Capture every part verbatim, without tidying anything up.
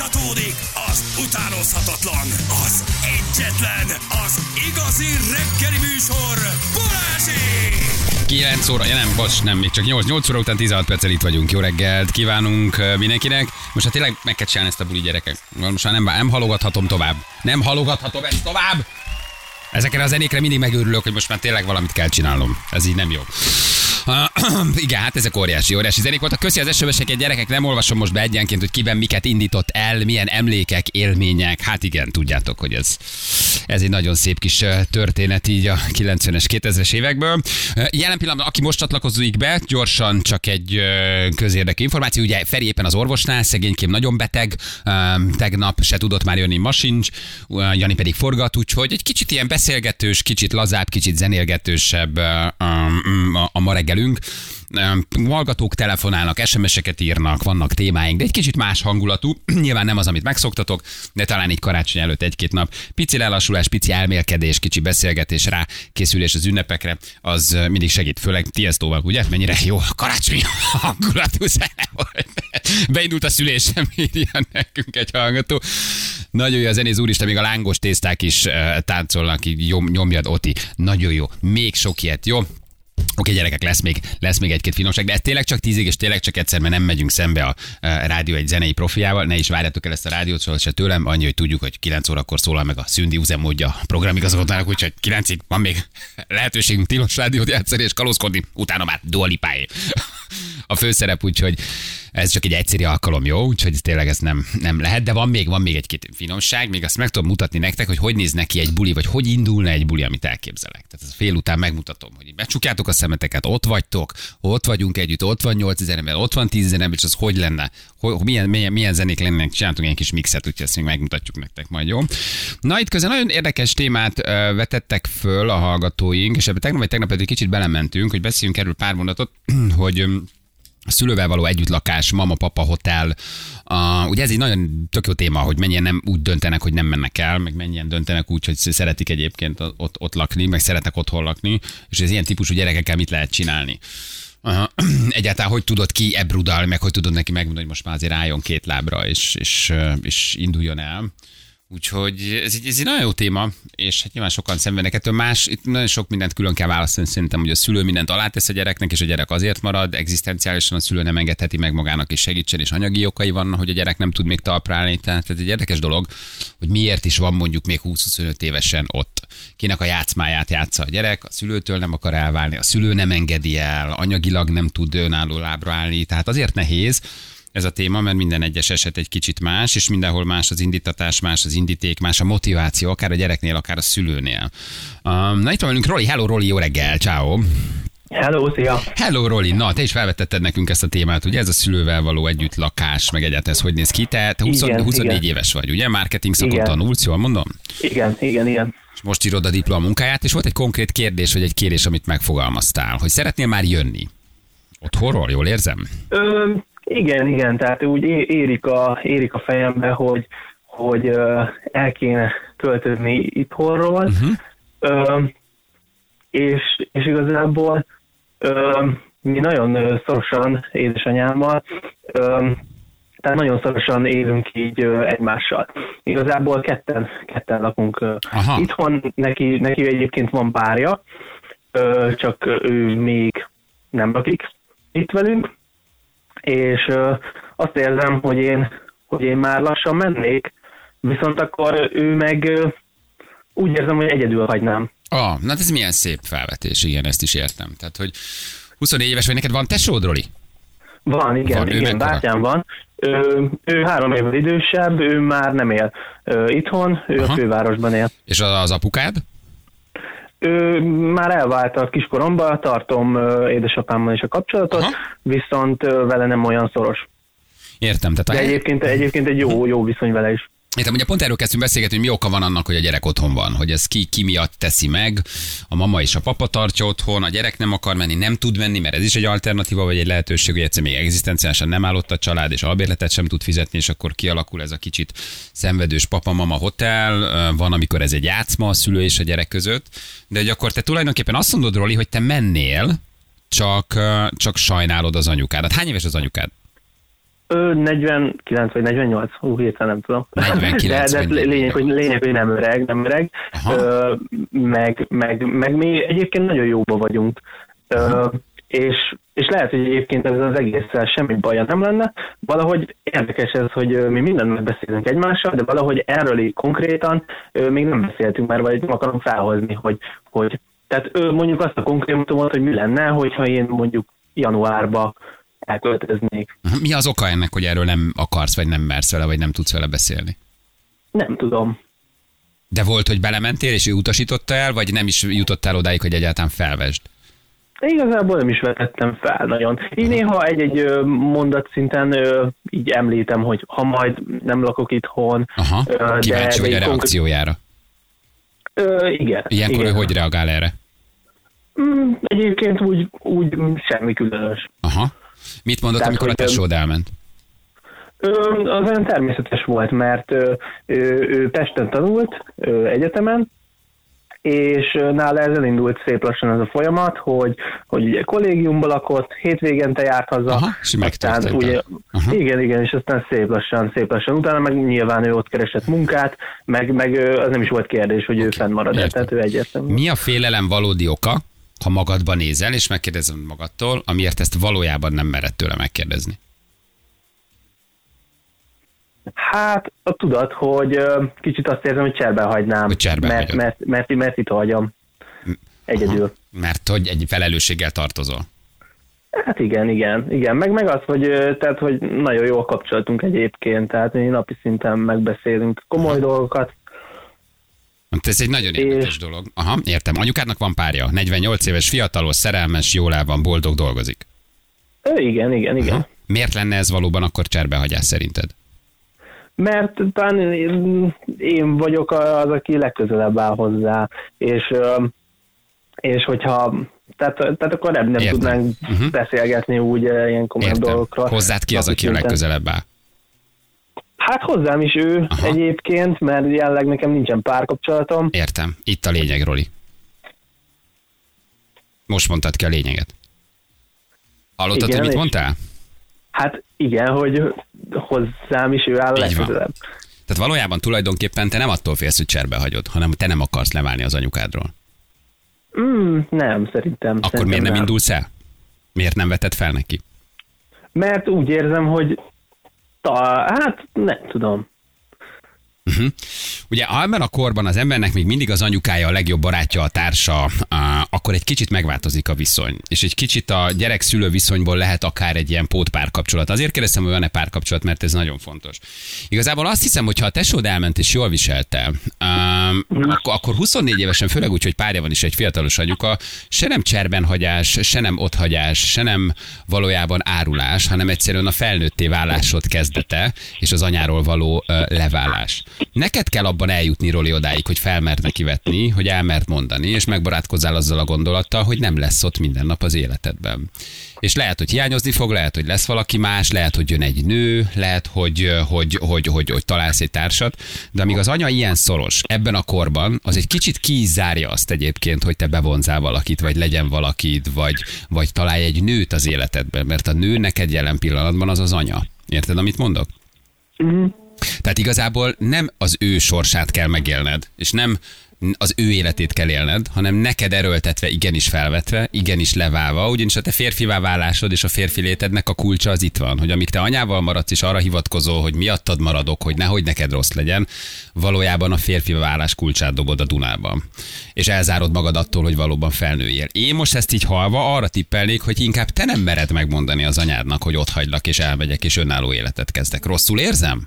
Folytatódik az utánozhatatlan, az egyetlen, az igazi reggeli műsor, Balázsék! kilenc óra, ja nem, bocs, nem, még csak nyolc, nyolc óra után tizenhat perccel itt vagyunk. Jó reggelt kívánunk mindenkinek. Most hát tényleg meg kell csinálni ezt a buli, gyerekek. Most már nem, nem halogathatom tovább. Nem halogathatom ezt tovább! Ezekre a zenékre mindig megőrülök, hogy most már tényleg valamit kell csinálnom. Ez így nem jó. Uh, igen, hát ezek óriási, óriási zenék voltak. Köszi az es em es-eket, gyerekek, nem olvasom most be egyenként, hogy kiben miket indított el, milyen emlékek, élmények. Hát igen, tudjátok, hogy ez, ez egy nagyon szép kis történet így a kilencvenes, kétezres évekből. Jelen pillanatban, aki most csatlakozik be, gyorsan csak egy közérdekű információ. Ugye Feri éppen az orvosnál, szegénykém nagyon beteg, tegnap se tudott már jönni, ma sincs, Jani pedig forgat, úgyhogy egy kicsit ilyen beszélgetős, kicsit lazább, kicsit zenélgetősebb a ma reggelünk. Hallgatók telefonálnak, es em es-eket írnak, vannak témáink, de egy kicsit más hangulatú. Nyilván nem az, amit megszoktatok, de talán így karácsony előtt egy-két nap. Pici lelassulás, pici elmélkedés, kicsi beszélgetés, rá készülés az ünnepekre, az mindig segít, főleg Tiestóval, ugye? Mennyire jó karácsony hangulatú zene volt. Beindult a szülésem, írja nekünk egy hallgató. Nagyon jó a zenész, úristen, még a lángos tészták is uh, táncolnak, így nyomjad, Oti. Nagyon jó, még sok ilyet, jó? Oké, gyerekek, lesz még, lesz még egy-két finomság, de ez tényleg csak tízig, és tényleg csak egyszer, mert nem megyünk szembe a rádió egy zenei profiával. Ne is várjátok el ezt a rádiót, soha se tőlem, annyi, hogy tudjuk, hogy kilenc órakor szólal meg a szündi üzemmódja a programigazgatónak, úgyhogy kilencig van még lehetőségünk tilos rádiót játszani és kalózkodni, utána már Dua Lipáé a főszerep, úgyhogy ez csak egy egyszerű alkalom, jó? Úgyhogy tényleg ez nem, nem lehet, de van még, van még egy-két finomság, még azt meg tudom mutatni nektek, hogy hogy néz neki egy buli, vagy hogy indulna egy buli, amit elképzelek. Tehát ez fél után megmutatom, hogy becsukjátok a szemeteket, ott vagytok, ott vagyunk együtt, ott van nyolcezer ember, ott van tízezer ember, és az hogy lenne, hogy, milyen, milyen, milyen zenék lennének, csináltunk egy kis mixet, úgyhogy ezt még megmutatjuk nektek majd, jó? Na itt közben nagyon érdekes témát uh, vetettek föl a hallgatóink, és ebben tegnap vagy tegnap egy kicsit belementünk, hogy beszéljünk erről pár mondatot, hogy um, a szülővel való együttlakás, mama-papa hotel, uh, ugye ez egy nagyon tök jó téma, hogy mennyien nem úgy döntenek, hogy nem mennek el, meg mennyien döntenek úgy, hogy szeretik egyébként ott, ott lakni, meg szeretnek otthon lakni, és ez ilyen típusú gyerekekkel mit lehet csinálni. Uh, egyáltalán hogy tudod ki ebrudal, meg hogy tudod neki megmondani, hogy most már azért álljon két lábra, és, és, és induljon el. Úgyhogy ez egy, ez egy nagyon jó téma, és hát nyilván sokan szenvednek ettől. Más, itt nagyon sok mindent külön kell választani, szerintem, hogy a szülő mindent alátesz a gyereknek, és a gyerek azért marad, egzisztenciálisan a szülő nem engedheti meg magának, és segítsen, és anyagi okai vannak, hogy a gyerek nem tud még talpra állni. Tehát ez egy érdekes dolog, hogy miért is van mondjuk még húsz-huszonöt évesen ott. Kinek a játszmáját játsza a gyerek, a szülőtől nem akar elválni, a szülő nem engedi el, anyagilag nem tud önálló lábra állni. Tehát azért nehéz ez a téma, mert minden egyes eset egy kicsit más, és mindenhol más az indítatás, más az indíték, más a motiváció, akár a gyereknél, akár a szülőnél. Um, na itt van velünk Roli. Hello Roli, jó reggel, ciao. Hello, szia! Hello Roli, na te is felvetetted nekünk ezt a témát, ugye ez a szülővel való együttlakás, meg egyáltalán ez hogy néz ki? Te, te húsz, igen, huszonnégy igen. éves vagy, ugye? Marketing szakot igen. tanulsz, jól mondom? Igen, igen, igen. És most írod a diplomunkáját, és volt egy konkrét kérdés, vagy egy kérés, amit megfogalmaztál, hogy szeretnél már jönni otthonról, jól érzem? Ö, igen, igen, tehát úgy érik a, érik a fejembe, hogy, hogy ö, el kéne költözni itthonról, uh-huh. ö, és, és igazából ö, mi nagyon szorosan édesanyámmal, ö, tehát nagyon szorosan élünk így ö, egymással. Igazából ketten, ketten lakunk ö, itthon, neki, neki egyébként van párja, ö, csak ő még nem lakik itt velünk, és ö, azt érzem, hogy én, hogy én már lassan mennék, viszont akkor ő meg ö, úgy érzem, hogy egyedül hagynám. Ah, na ez milyen szép felvetés, igen, ezt is értem. Tehát, hogy huszonnégy éves vagy, neked van tesód, Roli? Van, igen, van, igen, bátyám van. Ő, ő három évvel idősebb, ő már nem él ö, itthon, ő Aha. a fővárosban él. És az apukád? Ő már elvált a kiskoromban, tartom ö, édesapámmal is a kapcsolatot, Aha. viszont ö, vele nem olyan szoros. Értem. Tehát De a... egyébként, egyébként egy jó, jó viszony vele is. Értem, ugye pont erről kezdtünk beszélgetni, hogy mi oka van annak, hogy a gyerek otthon van, hogy ez ki, ki miatt teszi meg, a mama és a papa tartja otthon, a gyerek nem akar menni, nem tud menni, mert ez is egy alternatíva, vagy egy lehetőség, hogy egyszer még egzisztenciálisan nem állott a család, és albérletet sem tud fizetni, és akkor kialakul ez a kicsit szenvedős papa-mama hotel, van, amikor ez egy játszma a szülő és a gyerek között, de hogy akkor te tulajdonképpen azt mondod, Roli, hogy te mennél, csak, csak sajnálod az anyukádat. Hány éves az anyukád? Ö, negyvenkilenc vagy negyvennyolc, hú, hirtelen nem tudom. negyvenkilenc de, de lényeg, hogy, lényeg, hogy nem öreg, nem öreg. Ö, meg, meg, meg mi egyébként nagyon jóba vagyunk. Ö, és, és lehet, hogy egyébként ez az egésszel semmi baja nem lenne. Valahogy érdekes ez, hogy mi mindent megbeszélünk egymással, de valahogy erről így konkrétan még nem beszéltünk már, vagy nem akarom felhozni, hogy, hogy tehát mondjuk azt a konkrétumot, hogy mi lenne, hogyha én mondjuk januárba elköltöznék. Mi az oka ennek, hogy erről nem akarsz, vagy nem mersz vele, vagy nem tudsz vele beszélni? Nem tudom. De volt, hogy belementél, és ő utasította el, vagy nem is jutottál odáig, hogy egyáltalán felvesd? Igazából nem is vetettem fel nagyon. Így néha egy-egy mondat szinten így említem, hogy ha majd nem lakok itthon. Aha, kíváncsi vagy a reakciójára. Ö, igen. Ilyenkor igen. ő hogy reagál erre? Mm, egyébként úgy, úgy semmi különös. Aha. Mit mondott, tehát, amikor a tesód elment? Ö, az olyan természetes volt, mert ö, ő, ő Pesten tanult ö, egyetemen, és nála ez elindult szép lassan ez a folyamat, hogy, hogy ugye kollégiumban lakott, hétvégente járt haza. Aha, és megtörtént. Ugye, igen, igen, és aztán szép lassan, szép lassan. Utána meg nyilván ő ott keresett munkát, meg, meg az nem is volt kérdés, hogy okay. ő fennmarad, tehát ő egyértelmű. Mi a félelem valódi oka, ha magadba nézel, és megkérdezem magadtól, amiért ezt valójában nem mered tőle megkérdezni? Hát a tudat, hogy kicsit azt érzem, hogy cserben hagynám, hogy cserben mert, mert, mert, mert, mert itt hagyom egyedül. Aha. Mert hogy egy felelősséggel tartozol. Hát igen, igen, igen. Meg, meg az, hogy, tehát, hogy nagyon jól kapcsolatunk egyébként, tehát mi napi szinten megbeszélünk komoly Aha. dolgokat. Ez egy nagyon érdekes és... dolog. Aha, értem. Anyukádnak van párja, negyvennyolc éves, fiatalos, szerelmes, jól el van, boldog, dolgozik. Ő, igen, igen, igen. Aha. Miért lenne ez valóban akkor cserbehagyás szerinted? Mert talán én vagyok az, aki legközelebb áll hozzá, és, és hogyha, tehát, tehát akkor nem, nem tudnánk uh-huh. beszélgetni úgy ilyen komolyabb dolgokról. Hozzád ki az, aki a legközelebb áll? Hát hozzám is ő Aha. egyébként, mert jelenleg nekem nincsen párkapcsolatom. Értem. Itt a lényeg, Roli. Most mondtad ki a lényeget. Hallottad, igen, hogy mit mondtál? Hát igen, hogy hozzám is ő áll legközelebb. Tehát valójában tulajdonképpen te nem attól félsz, hogy cserbe hagyod, hanem te nem akarsz leválni az anyukádról. Mm, nem, szerintem. Akkor szerintem miért nem, nem indulsz el? Miért nem veted fel neki? Mert úgy érzem, hogy ta, hát nem tudom. Uh-huh. Ugye ebben a korban az embernek még mindig az anyukája, a legjobb barátja, a társa, akkor egy kicsit megváltozik a viszony. És egy kicsit a gyerek-szülő viszonyból lehet akár egy ilyen pótpárkapcsolat. Azért kérdeztem, hogy van-e párkapcsolat, mert ez nagyon fontos. Igazából azt hiszem, hogy ha a tesód elment és jól viselte, um, akkor, akkor huszonnégy évesen, főleg úgy, hogy párja van is egy fiatalos anyuka, se nem cserbenhagyás, se nem otthagyás, se nem valójában árulás, hanem egyszerűen a felnőtté válásod kezdete és az anyáról való uh, leválás. Neked kell abban eljutni, Roli, odáig, hogy felmerd neki vetni, hogy elmerd mondani, és megbarátkozzál azzal a gondolattal, hogy nem lesz ott minden nap az életedben. És lehet, hogy hiányozni fog, lehet, hogy lesz valaki más, lehet, hogy jön egy nő, lehet, hogy, hogy, hogy, hogy, hogy találsz egy társat, de amíg az anya ilyen szoros ebben a korban, az egy kicsit ki is zárja azt egyébként, hogy te bevonzál valakit, vagy legyen valakit, vagy, vagy találj egy nőt az életedben, mert a nő neked jelen pillanatban az az anya. Érted, amit mondok? Mm-hmm. Tehát igazából nem az ő sorsát kell megélned, és nem az ő életét kell élned, hanem neked erőltetve, igenis felvetve, igenis leválva, ugyanis a te férfivá válásod és a férfi létednek a kulcsa az itt van, hogy amíg te anyával maradsz és arra hivatkozol, hogy miattad maradok, hogy nehogy neked rossz legyen, valójában a férfivá válás kulcsát dobod a Dunában. És elzárod magad attól, hogy valóban felnőjél. Én most ezt így halva arra tippelnék, hogy inkább te nem mered megmondani az anyádnak, hogy ott hagylak és elmegyek és önálló életet kezdek. Rosszul érzem?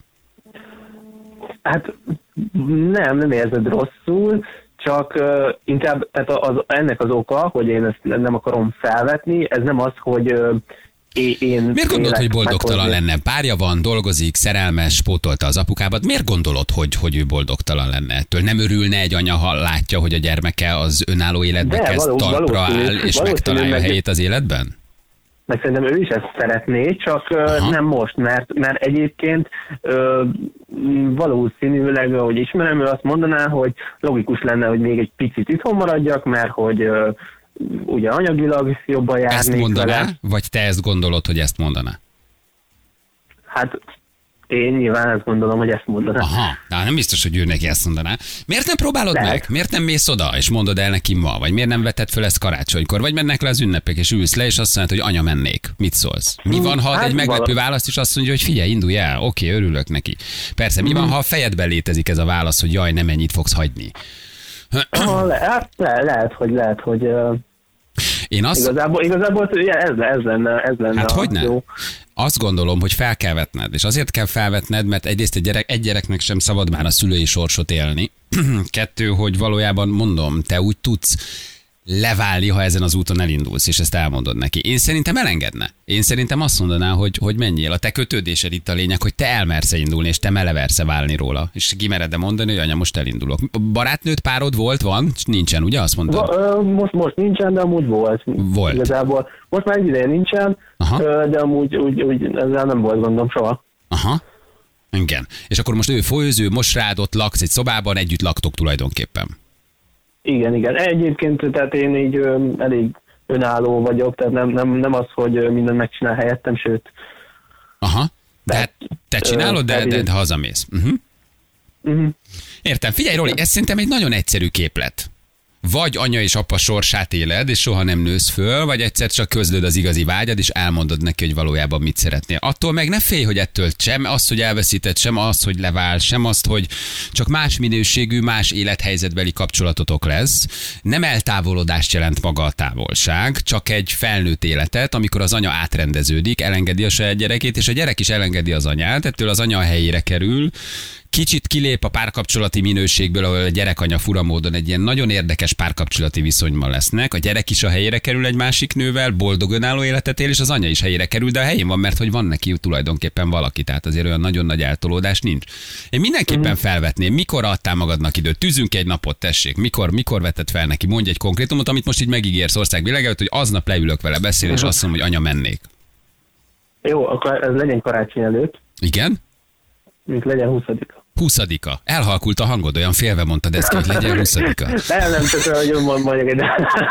Hát nem, nem érzed rosszul, csak uh, inkább tehát az, ennek az oka, hogy én ezt nem akarom felvetni, ez nem az, hogy uh, én... Miért gondolod, hogy boldogtalan meghozni? Lenne? Párja van, dolgozik, szerelmes, pótolta az apukábat. Miért gondolod, hogy, hogy ő boldogtalan lenne ettől? Nem örülne egy anya, ha látja, hogy a gyermeke az önálló életbe De, kezd, való, talpra valószínű, áll, és megtalálja a helyét az életben? Meg szerintem ő is ezt szeretné, csak Aha. nem most, mert, mert egyébként ö, valószínűleg, ahogy ismerem, ő azt mondaná, hogy logikus lenne, hogy még egy picit itthon maradjak, mert hogy ö, ugye anyagilag jobban járnék. Ezt mondaná, vele. Vagy te ezt gondolod, hogy ezt mondaná? Hát én nyilván ezt gondolom, hogy ezt mondaná. Aha, de nem biztos, hogy ő neki ezt mondaná. Miért nem próbálod Lehet. meg? Miért nem mész oda, és mondod el neki ma? Vagy miért nem veted föl ezt karácsonykor? Vagy mennek le az ünnepek, és ülsz le, és azt mondod, hogy anya, mennék. Mit szólsz? Mi van, ha ad Hát egy meglepő vala- választ, és azt mondja, hogy figyelj, indulj el. Oké, örülök neki. Persze, mi van, ha a fejedben létezik ez a válasz, hogy jaj, nem ennyit fogsz hagyni? Ah, le, hát le, lehet, hogy lehet, hogy uh, Én azt... igazából, igazából ez, ez lenne, ez lenne Hát a hogyne? jó. Azt gondolom, hogy fel kell vetned, és azért kell felvetned, mert egyrészt egy, gyerek, egy gyereknek sem szabad már a szülői sorsot élni. Kettő, hogy valójában mondom, te úgy tudsz leválni, ha ezen az úton elindulsz, és ezt elmondod neki. Én szerintem elengedne. Én szerintem azt mondaná, hogy, hogy menjél. A te kötődésed itt a lényeg, hogy te elmersz indulni, és te meleversz válni róla. És kimered-e mondani, hogy anya, most elindulok. Barátnőt párod volt, van? Nincsen, ugye? Azt mondtad? Va, ö, most, most nincsen, de amúgy volt. Volt. Igazából most már egy ideje nincsen, Aha. ö, de amúgy úgy, úgy, ezzel nem volt gondom soha. Aha. Igen. És akkor most ő folyóző, most rád ott laksz egy szobában, együtt laktok tulajdonképpen. Igen, igen. Egyébként tehát én így ö, elég önálló vagyok, tehát nem, nem, nem az, hogy ö, mindent megcsinál helyettem, sőt. Aha. De De- hát te csinálod, de, de, de hazamész. Uh-huh. Uh-huh. Értem. Figyelj, Roli, ez szerintem egy nagyon egyszerű képlet. Vagy anya és apa sorsát éled, és soha nem nősz föl, vagy egyszer csak közlöd az igazi vágyad, és elmondod neki, hogy valójában mit szeretnél. Attól meg ne félj, hogy ettől sem az, hogy elveszíted, sem az, hogy levál, sem azt, hogy csak más minőségű, más élethelyzetbeli kapcsolatotok lesz. Nem eltávolodást jelent maga a távolság, csak egy felnőtt életet, amikor az anya átrendeződik, elengedi a saját gyerekét, és a gyerek is elengedi az anyát, ettől az anya a helyére kerül, kicsit kilép a párkapcsolati minőségből, ahol a gyerek-anya fura módon egy ilyen nagyon érdekes párkapcsolati viszonyban lesznek. A gyerek is a helyére kerül egy másik nővel, boldog önálló életet él, és az anya is helyére kerül, de a helyén van, mert hogy van neki tulajdonképpen valaki, tehát azért olyan nagyon nagy eltolódás nincs. Én mindenképpen Mhm. felvetném, mikor adtál magadnak időt, tűzünk egy napot, tessék, mikor, mikor vetted fel neki, mondj egy konkrétumot, amit most így megígérsz országvilágát, hogy aznap leülök vele beszélni, és azt mondom, hogy anya, mennék. Jó, akkor ez legyen karácsony előtt, Igen? mint legyen huszadika. Huszadika. Elhalkult a hangod, olyan félve mondtad ezt, hogy legyen huszadika. Nem, nem csak olyan, hogy mond- mondjak egy...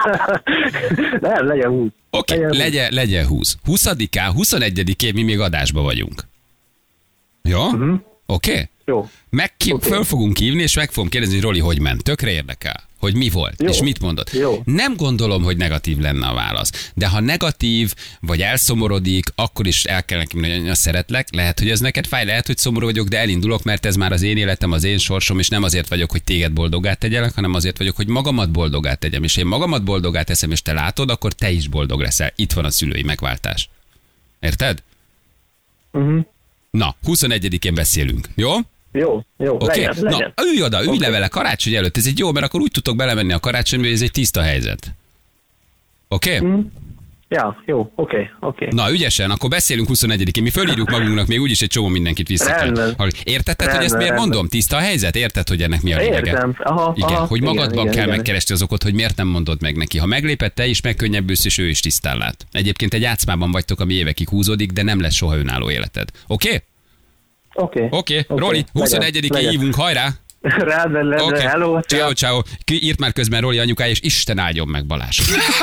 Nem, legyen húsz. Oké, okay, legyen, legyen húsz. huszadikán, huszonegyedikén mi még adásba vagyunk. Jó? Uh-huh. Oké? Okay? Jó. Meg ki, Oké. föl fogunk hívni, és meg fogom kérdezni, hogy Roli, hogy ment. Tökre érdekel, hogy mi volt, Jó. és mit mondott. Jó. Nem gondolom, hogy negatív lenne a válasz. De ha negatív, vagy elszomorodik, akkor is el kell nekem mondani, hogy anya, szeretlek. Lehet, hogy ez neked fáj, lehet, hogy szomorú vagyok, de elindulok, mert ez már az én életem, az én sorsom, és nem azért vagyok, hogy téged boldogá tegyelek, hanem azért vagyok, hogy magamat boldogá tegyem. És én magamat boldogá teszem, és te látod, akkor te is boldog leszel. Itt van a szülői megváltás. Érted? Uh-huh. Na, huszonegyedikén beszélünk. Jó? Jó, jó, Oké, legyen, na legyen. ülj oda, ülj Oké. le vele karácsony előtt, ez egy jó, mert akkor úgy tudtok belemenni a karácsonyba, hogy ez egy tiszta helyzet. Oké? Mhm. Ja, jó, oké, oké. Na, ügyesen, akkor beszélünk huszonegyedikén, mi fölírjuk magunknak még úgyis egy csomó mindenkit vissza kell. Rendben. hallani. Értetted, hogy Rendben, ezt miért rendben. mondom? Tiszta a helyzet? Érted, hogy ennek mi a lényege? Értem, aha, Igen, aha, hogy igen, magadban igen, kell igen. megkeresni az okot, hogy miért nem mondod meg neki. Ha megléped, te is megkönnyebbülsz, és ő is tisztán lát. Egyébként egy játszmában vagytok, ami évekig húzódik, de nem lesz soha önálló életed. Oké? Okay? Oké. Oké, okay. Oké, Roli, legyen, huszonegyedikén legyen. hívunk, hajrá! Rendben, rendben, Oké, hello. ciao, ciao. Ki írt már közben Roli anyukája, és Isten áldjon meg Balázs.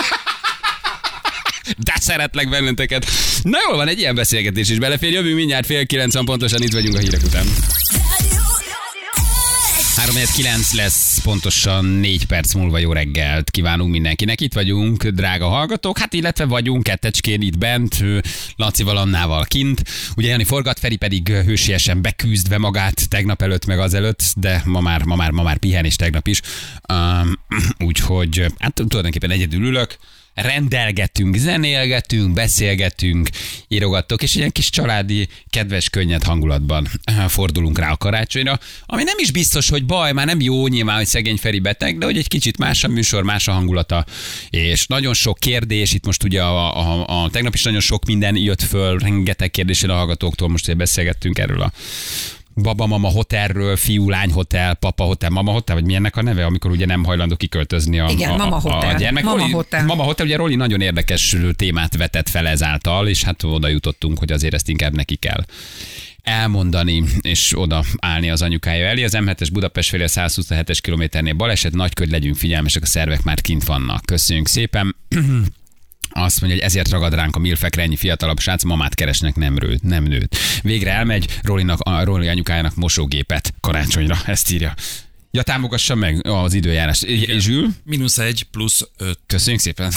De szeretlek benneteket. Na jól van, egy ilyen beszélgetés is belefér. Jövünk mindjárt fél kilencven pontosan, itt vagyunk a hírek után. három kilenc lesz, pontosan négy perc múlva jó reggelt kívánunk mindenkinek. Itt vagyunk, drága hallgatók, hát illetve vagyunk kettecskén itt bent, Lacival, Annával kint. Ugye Jani forgat, Feri pedig hősiesen beküzdve magát tegnap előtt, meg azelőtt, de ma már, ma már, ma már pihen és tegnap is. Um, úgyhogy hát tulajdonképpen egyedül ülök. Rendelgetünk, zenélgetünk, beszélgetünk, írogattok, és ilyen kis családi, kedves, könnyed hangulatban fordulunk rá a karácsonyra, ami nem is biztos, hogy baj, már nem jó nyilván, hogy szegény Feri beteg, de hogy egy kicsit más a műsor, más a hangulata, és nagyon sok kérdés, itt most ugye a, a, a, a tegnap is nagyon sok minden jött föl, rengeteg kérdés a hallgatóktól, most ugye beszélgettünk erről a baba-mama hotelről, fiú-lány hotel, papa-hotel, mama-hotel, vagy milyennek a neve, amikor ugye nem hajlandó kiköltözni a, Igen, a, mama a, hotel. a gyermek. Mama Roli, hotel. Mama hotel, ugye Roli nagyon érdekes témát vetett fel ezáltal, és hát oda jutottunk, hogy azért ezt inkább neki kell elmondani, és oda állni az anyukája elé. Az em hetes Budapest felé a száz huszonhetes kilométernél baleset, Nagyköd, legyünk figyelmesek, a szervek már kint vannak. Köszönjük szépen. Azt mondja, hogy ezért ragad ránk a milfekre ennyi fiatalabb srác, mamát keresnek, nem rőt, nem nőt. Végre elmegy Rolinak, a Roli anyukájának mosógépet karácsonyra, ezt írja. Ja, támogassa meg az időjárás. És Zsül? Mínusz egy plusz öt. Köszönjük szépen.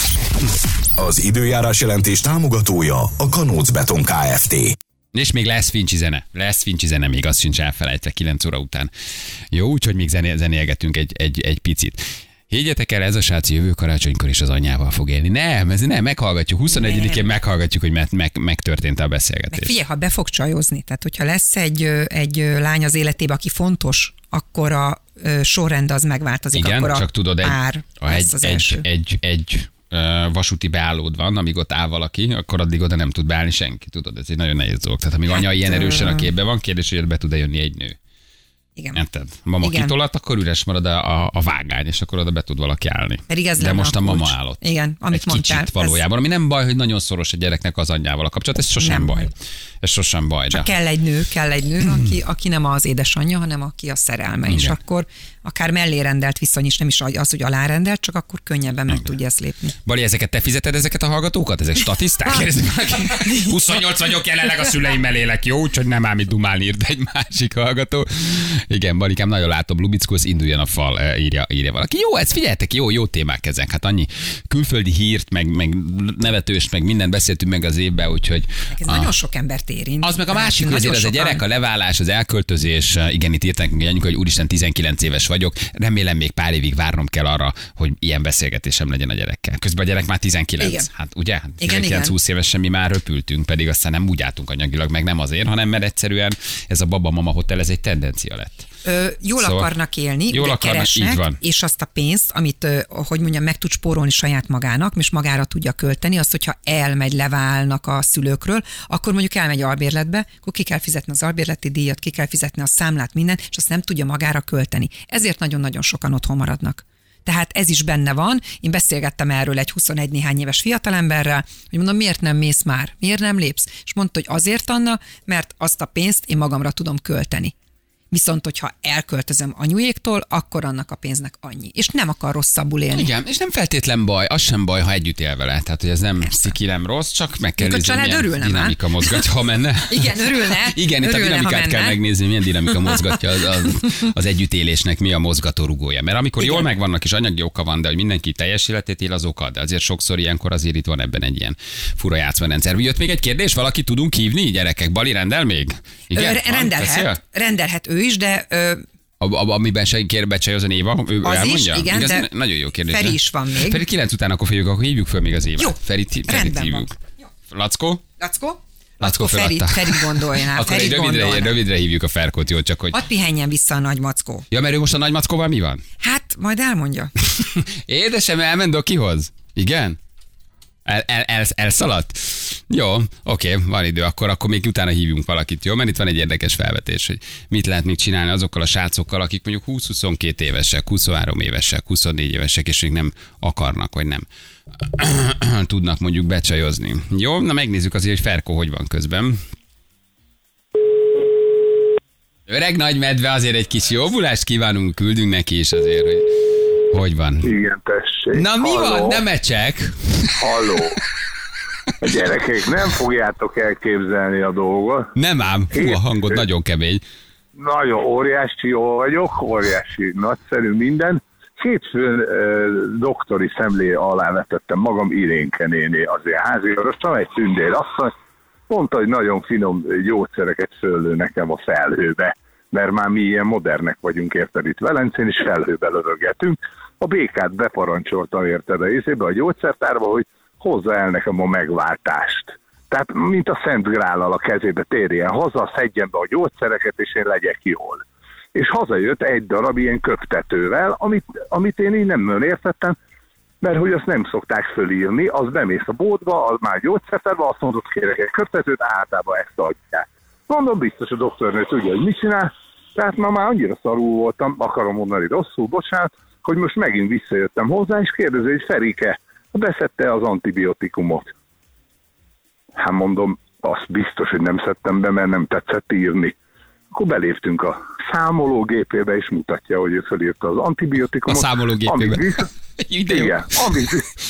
Az időjárás jelentés támogatója a Kanóc Beton Kft. És még lesz Fincsi zene. Lesz Fincsi zene, még azt sincs elfelejtve kilenc óra után. Jó, úgyhogy még zené, zenélgetünk egy, egy, egy picit. Higgyetek el, ez a srác jövő karácsonykor is az anyjával fog élni. Nem, ez nem, meghallgatjuk. huszonegyedikén meghallgatjuk, hogy meg, meg, megtörtént a beszélgetés. Meg figyelj, ha be fog csajozni, tehát hogyha lesz egy, egy lány az életében, aki fontos, akkor a sorrend az megváltozik. Igen, akkor csak a tudod, egy, pár ha egy, az egy, első. egy, egy, egy vasúti beállód van, amíg ott áll valaki, akkor addig oda nem tud beállni senki. Tudod, ez egy nagyon nehéz dolog. Tehát amíg anya ilyen erősen a képben van, kérdés, hogy be tud-e jönni egy nő. Igen. Érted? Mama Igen. kitolat, akkor üres marad a, a vágány, és akkor oda be tud valaki állni. Pedig ez De lenne most a, a mama kulcs. állott. Igen, amit egy mondtál, kicsit valójában, ami nem baj, hogy nagyon szoros a gyereknek az anyjával a kapcsolat, ez sosem Nem baj. baj. Ez sosem baj. Csak De... kell egy nő, kell egy nő, aki, aki nem az édesanyja, hanem aki a szerelme. És Igen. akkor akár mellé rendelt viszony is, nem is az, hogy alárendelt, csak akkor könnyebben meg tudja ezt lépni. Bali, ezeket te fizeted, ezeket a hallgatókat? Ezek statiszták? Kérdezik valaki. huszonnyolc vagyok, jelenleg a szüleimmel élek, jó? Úgyhogy nem ám itt dumálni, írt egy másik hallgató. Igen, Balikám, nagyon látom, Lubickó, induljon a fal, eh, írja, írja valaki. Jó, ez figyeljetek, jó, jó témák ezek. Hát annyi külföldi hírt, meg, meg nevetőst, meg mindent beszéltünk meg az évben, úgyhogy... Ez a... nagyon sok embert érint. Az meg a Tehát másik, hogy nagyon azért az a sokan- gyerek, a leválás, az elköltözés, igen, itt írták meg, hogy úristen, tizenkilenc éves vagyok, remélem még pár évig várnom kell arra, hogy ilyen beszélgetésem legyen a gyerekkel. Közben a gyerek már tizenkilenc. Igen. Hát ugye? Igen, tizenkilenc-húsz évesen mi már röpültünk, pedig aztán nem úgy álltunk anyagilag, meg nem azért, hanem mert egyszerűen ez a baba-mama hotel, ez egy tendencia lett. Ö, jól Szóval akarnak élni, jól de akarnak, keresnek, így van. és azt a pénzt, amit, ö, hogy mondjam, meg tud spórolni saját magának, és magára tudja költeni, azt, hogyha elmegy, leválnak a szülőkről, akkor mondjuk elmegy albérletbe, akkor ki kell fizetni az albérleti díjat, ki kell fizetni a számlát, mindent, és azt nem tudja magára költeni. Ezért nagyon-nagyon sokan otthon maradnak. Tehát ez is benne van. Én beszélgettem erről egy huszonegy néhány éves fiatalemberrel, hogy mondom, miért nem mész már? Miért nem lépsz? És mondta, hogy azért, Anna, mert azt a pénzt én magamra tudom költeni. Viszont, hogyha elköltözöm anyujéktól, akkor annak a pénznek annyi. És nem akar rosszabbul élni. Igen, és nem feltétlen baj, az sem baj, ha együtt él vele. Tehát, hogy ez nem Persze. sziki, nem rossz, csak meg kell Mikor nézni, család milyen örülne már. dinamika mozgatja, ha menne. Igen, örülne. Igen, itt a Örülne, ha dinamikát kell menne. megnézni, milyen dinamika mozgatja az, az, az együttélésnek, mi a mozgató rugója. Mert amikor Igen. jól megvannak és anyagi oka van, de hogy mindenki teljes életét él, az oka. De azért sokszor ilyenkor azért itt van ebben egy ilyen fura játszmarendszer. Jött még egy kérdés, valaki tudunk hívni, gyerekek? Bali rendel még? Ö, Igen? re- Van? Beszél? rendelhet, rendelhet ő is, de ö, A, a, amiben se kér becsajozni Éva, ő Az is, elmondja? igen, Igaz, de nagyon jó kérdés. Feri de- is van még. Feri kilenc után akkor fogjuk, akkor hívjuk föl még az Évát. Jó, Ferit, Ferit rendben hívjuk. van. Jó. Lackó? Lackó? Lackó Ferit, feladta. Ferit gondoljál. Akkor egy Ferit rövidre, gondolná. rövidre hívjuk a Ferkót, jó, csak hogy... Hadd pihenjen vissza a nagy mackó. Ja, mert ő most a nagy mackóval mi van? Hát, majd elmondja. Édesem, elment Dokihoz? Igen? El, el, el, elszaladt? Jó, oké, van idő, akkor, akkor még utána hívjunk valakit, jó? Mert itt van egy érdekes felvetés, hogy mit lehet még csinálni azokkal a srácokkal, akik mondjuk húsz-huszonkettő évesek, huszonhárom évesek, huszonnégy évesek, és még nem akarnak, vagy nem tudnak mondjuk becsajozni. Jó, na megnézzük azért, hogy Ferkó hogy van közben. Öreg nagy medve, azért egy kis jobbulást kívánunk, küldünk neki is azért, hogy hogy van. Igen, tessék. Na mi Halló? van, nem ecsek? Halló. A gyerekek, nem fogjátok elképzelni a dolgot. Nem ám, fú, a hangod nagyon kemény. Nagyon óriási jó vagyok, óriási, nagyszerű minden. Hétfőn uh, doktori szemlé alá vetettem magam Irénke néni, azért házi orvostan, egy tündér asszony, mondta, hogy nagyon finom gyógyszereket föllő nekem a felhőbe, mert már mi ilyen modernek vagyunk, érted, itt Velencén, és felhőbe lövögetünk. A békát beparancsoltam, érted, a részébe a gyógyszertárba, hogy hozza el nekem a megváltást. Tehát, mint a Szent Grállal a kezébe térjen haza, szedjen be a gyógyszereket, és én legyek jól. És hazajött egy darab ilyen köptetővel, amit, amit én így nem nagyon értettem, mert hogy azt nem szokták fölírni, az bemész a boltba, az már gyógyszertárba, azt mondod, kérek egy köptetőt, általában ezt adják. Mondom, biztos a doktornő tudja, hogy mit csinál, tehát ma már annyira szarul voltam, akarom mondani rosszul, bocsánat, hogy most megint visszajöttem hozzá, és kérdezi, hogy Ferike, beszedte az antibiotikumot. Hát mondom, azt biztos, hogy nem szedtem be, mert nem tetszett írni. Akkor beléptünk a számológépébe, és mutatja, hogy ő fölírta az antibiotikumot. A számológépébe. Amit visz... Igen, amit,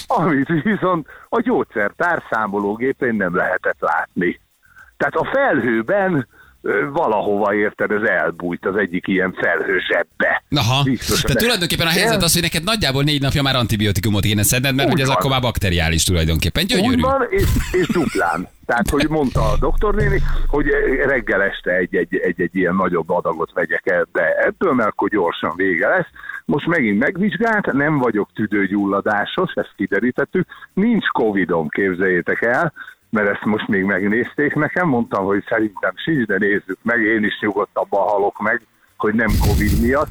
amit viszont a gyógyszertár számológépén nem lehetett látni. Tehát a felhőben valahova érted, ez elbújt az egyik ilyen felhő zsebbe. Aha, Biztos, tehát tulajdonképpen a helyzet az, hogy neked nagyjából négy napja már antibiotikumot kéne szedned, mert hogy ez akkor már bakteriális tulajdonképpen. Gyönyörű. Úgy van, és, és duplán. Tehát, hogy mondta a doktornéni, hogy reggel este egy-egy, egy-egy ilyen nagyobb adagot vegyek el, de ebből, mert akkor gyorsan vége lesz. Most megint megvizsgált, nem vagyok tüdőgyulladásos, ezt kiderítettük, nincs Covidom, képzeljétek el, mert ezt most még megnézték nekem, mondtam, hogy szerintem sincs, de nézzük meg, én is nyugodtabban halok meg, hogy nem Covid miatt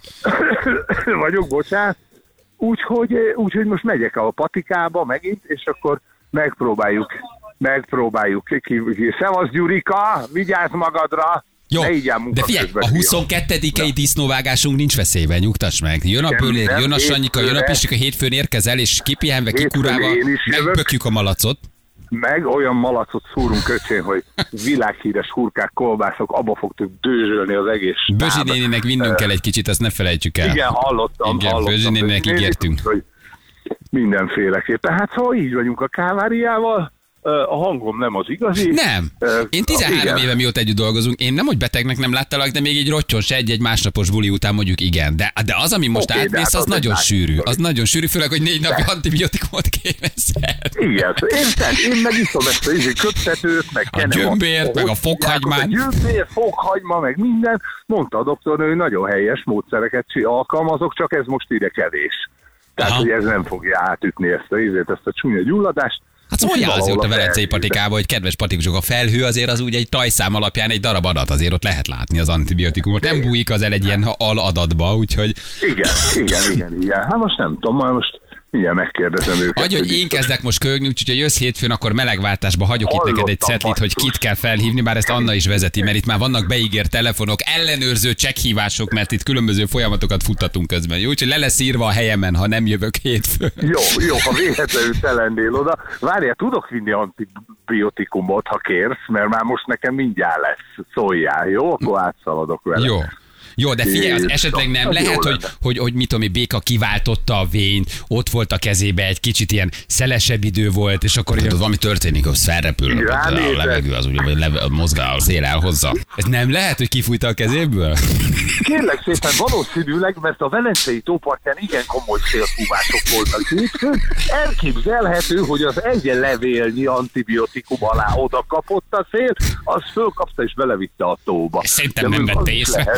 vagyok, bocsánat. Úgyhogy, úgyhogy most megyek a patikába megint, és akkor megpróbáljuk, megpróbáljuk ki, ki, ki. Szevasz Gyurika, vigyázz magadra! Jó, de figyelj, a huszonkettedikei disznóvágásunk nincs veszélyben, nyugtass meg. Jön a Bölér, jön a Sanyika, jön a Pistika, hétfőn érkezel, és kipihenve, kikurálva, megbökjük a malacot. Meg olyan malacot szúrunk öcsén, hogy világhíres hurkák, kolbászok, abba fogtuk dőzsölni az egész stáb. Bözsi néninek vinnünk kell egy kicsit, azt ne felejtsük el. Igen, hallottam, Igen, hallottam. Bözsi néninek ígértünk. Hogy mindenféleképpen. Hát szóval így vagyunk a káváriával. A hangom nem az igazi. Nem. Én tizenhárom igen. éve mióta együtt dolgozunk. Én nem, hogy betegnek nem láttalak, de még egy rottyon se egy-egy másnapos buli után mondjuk igen. De, de az, ami most okay, átmész, az, az nagyon sűrű. Az nagyon sűrű, főleg, hogy négy napi antibiotikumot kéne. Igen. Én, tehát, én meg iszom ezt a izé köptetőt, meg a gyömbért, meg a fokhagymát. A gyömbért, fokhagyma, meg minden. Mondta a doktornő, hogy nagyon helyes módszereket alkalmazok, csak ez most ide kevés. Tehát, aha, hogy ez nem fogja átütni ezt a izét, ezt a csúnya gyulladást. Hát szóljál azért ott a Velencei patikába, hogy kedves patikusok, a felhő azért az úgy egy tajszám alapján egy darab adat, azért ott lehet látni az antibiotikumot. Nem bújik az el egy ilyen aladatba, úgyhogy... Igen, igen, igen, igen. Hát most nem tudom, majd most mindjárt megkérdezem őket. Adj, hogy én kezdek most köhögni, úgyhogy ha jössz hétfőn, akkor melegváltásba hagyok itt neked egy cetlit, hogy kit kell felhívni, bár ezt Anna is vezeti, mert itt már vannak beígért telefonok, ellenőrző csekkhívások, mert itt különböző folyamatokat futtatunk közben. Jó, úgyhogy le lesz írva a helyemen, ha nem jövök hétfőn. Jó, jó, ha véletlenül te lennél oda. Várjál, tudok vinni antibiotikumot, ha kérsz, mert már most nekem mindjárt lesz. Szóljál, jó? Akkor átszaladok vele. Jó. Jó, de figyelj, az esetleg nem lehet, hogy, hogy, hogy mit tudom, hogy Béka kiváltotta a vényt, ott volt a kezébe, egy kicsit ilyen szelesebb idő volt, és akkor hát, valami történik, az felrepül, a levegő, az úgy, vagy leve, mozgál, a szél elhozza. Ez nem lehet, hogy kifújta a kezéből? Kérlek szépen, valószínűleg, mert a Velencei tópartján igen komoly szélfúvások voltak hétfőn. Elképzelhető, hogy az egy levélnyi antibiotikum alá oda kapott a szél, az fölkapta és belevitte a tóba. Szerintem nem vette észre.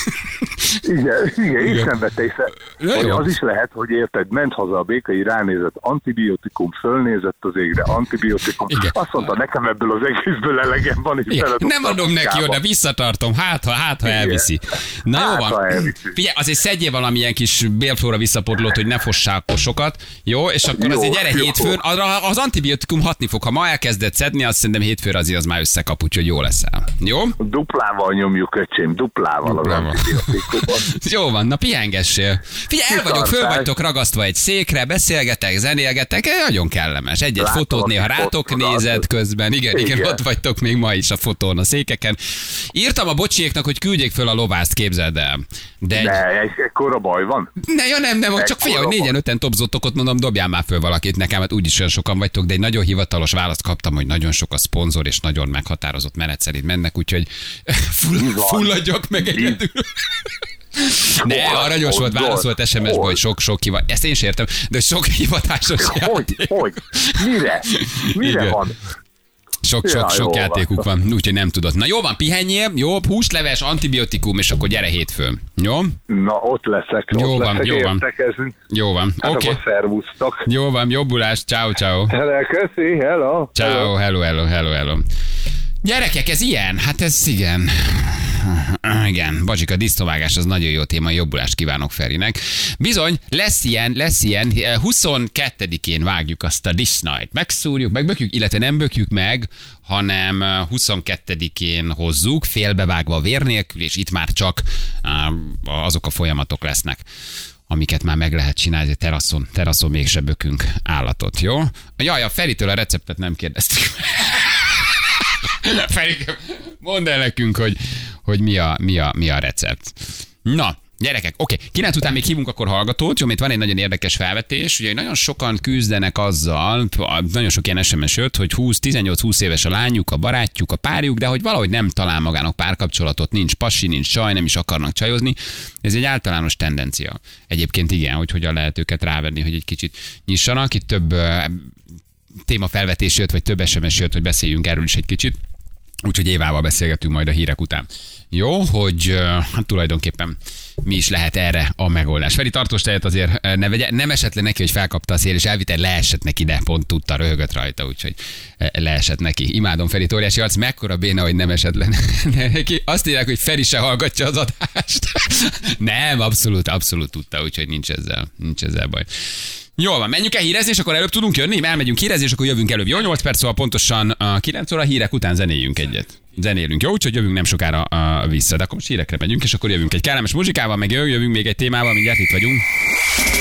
Igen, igen, én sem vette észre. Hogy az is lehet, hogy érted, ment haza a Békai, ránézett, antibiotikum, fölnézett az égre, antibiotikum. Igen. Azt mondta, nekem ebből az egészből elegem van, és nem adom neki oda, visszatartom, hát ha, hát, ha elviszi. Na hát, jó van. Figyelj, azért szedjél valamilyen kis bélflóra visszapótlót, hogy ne fossál kosokat, jó? És akkor jó, azért gyere jó. hétfőn, az antibiotikum hatni fog. Ha ma elkezded szedni, azt szerintem hétfőre azért az már összekap, úgyhogy jó leszel. Jó? Duplával nyomjuk, öcsém, duplával, duplával. Az antibiotikumot. Jó van, na pihengessél. Figyelj, el vagyok, föl vagytok ragasztva egy székre, beszélgetek, zenélgetek, nagyon kellemes. Egy-egy fotót néha rátok nézed közben. Igen, igen, igen, ott vagytok még ma is a fotón, a székeken. Írtam a bocsiéknak, hogy küldjék föl a lovászt, képzeld el. De egy... Ne, egy, ekkora baj van. Ne, ja nem, nem, csak figyelj, hogy négyen, öten topzottok ott, mondom, dobjál már föl valakit nekem, hát úgyis olyan sokan vagytok, de egy nagyon hivatalos választ kaptam, hogy nagyon sok a szponzor, és nagyon meghatározott menet szerint mennek, úgyhogy full, fulladjak meg egyedül. Ne, aranyos volt, válaszolt es em es-ből, hogy sok-sok hivat. Ezt én is értem, de sok hivatásos játék. Hogy? Hogy? Mire? Mire igen. van? Sok-sok ja, sok játékuk van, van úgyhogy nem tudod. Na jó van, pihenjél, jó, húsleves, antibiotikum, és akkor gyere hétfőn. Jó? Na, ott leszek. Jó ott van, leszek, jó van. Értekezünk. Jó van, hát oké. Okay. Szervusztok. Jó van, jobbulás, ciao, ciao. Hello, köszi, hello. Ciao, hello, hello, hello, hello. Gyerekek, ez ilyen? Hát ez igen. Igen, Bazsika, disznóvágás az nagyon jó téma, jobbulást kívánok Ferinek. Bizony, lesz ilyen, lesz ilyen, huszonkettedikén vágjuk azt a disznót. Megszúrjuk, megbökjük, illetve nem bökjük meg, hanem huszonkettedikén hozzuk, félbevágva vér nélkül, és itt már csak azok a folyamatok lesznek, amiket már meg lehet csinálni, teraszon, teraszon mégse bökünk állatot, jó? Jaj, a Feritől a receptet nem kérdeztük. Feri, mondd el nekünk, hogy, hogy mi, a, mi, a, mi a recept. Na, Gyerekek, oké, okay. kilenc után még hívunk akkor hallgatót, jó, mert van egy nagyon érdekes felvetés, ugye nagyon sokan küzdenek azzal, nagyon sok ilyen es em es jött, hogy húsz, tizennyolc-húsz éves a lányuk, a barátjuk, a párjuk, de hogy valahogy nem talál magának párkapcsolatot, nincs pasi, nincs csaj, nem is akarnak csajozni. Ez egy általános tendencia. Egyébként igen, hogy hogyan lehet őket rávenni, hogy egy kicsit nyissanak. Itt több uh, témafelvetés jött, vagy több es em es jött, hogy beszéljünk erről is egy kicsit. Úgyhogy Évával beszélgetünk majd a hírek után. Jó, hogy uh, hát tulajdonképpen mi is lehet erre a megoldás. Feri tartós tejet azért ne vegye, nem esett le neki, hogy felkapta a szél, és elvitte, leesett neki, de pont tudta, röhögött rajta, úgyhogy leesett neki. Imádom Feri, óriási arc, mekkora béna, hogy nem esett le neki. Azt írják, hogy Feri se hallgatja az adást. Nem, abszolút, abszolút tudta, úgyhogy nincs ezzel, nincs ezzel baj. Jól van, menjünk el hírezni, és akkor előbb tudunk jönni? Elmegyünk hírezni, és akkor jövünk előbb. Jó, nyolc perc, szóval pontosan a kilenc óra hírek után zenéljünk egyet. Zenélünk, jó? Úgyhogy jövünk nem sokára a vissza. De akkor most hírekre megyünk, és akkor jövünk egy kellemes muzsikával, meg jövünk még egy témával, mindjárt itt vagyunk.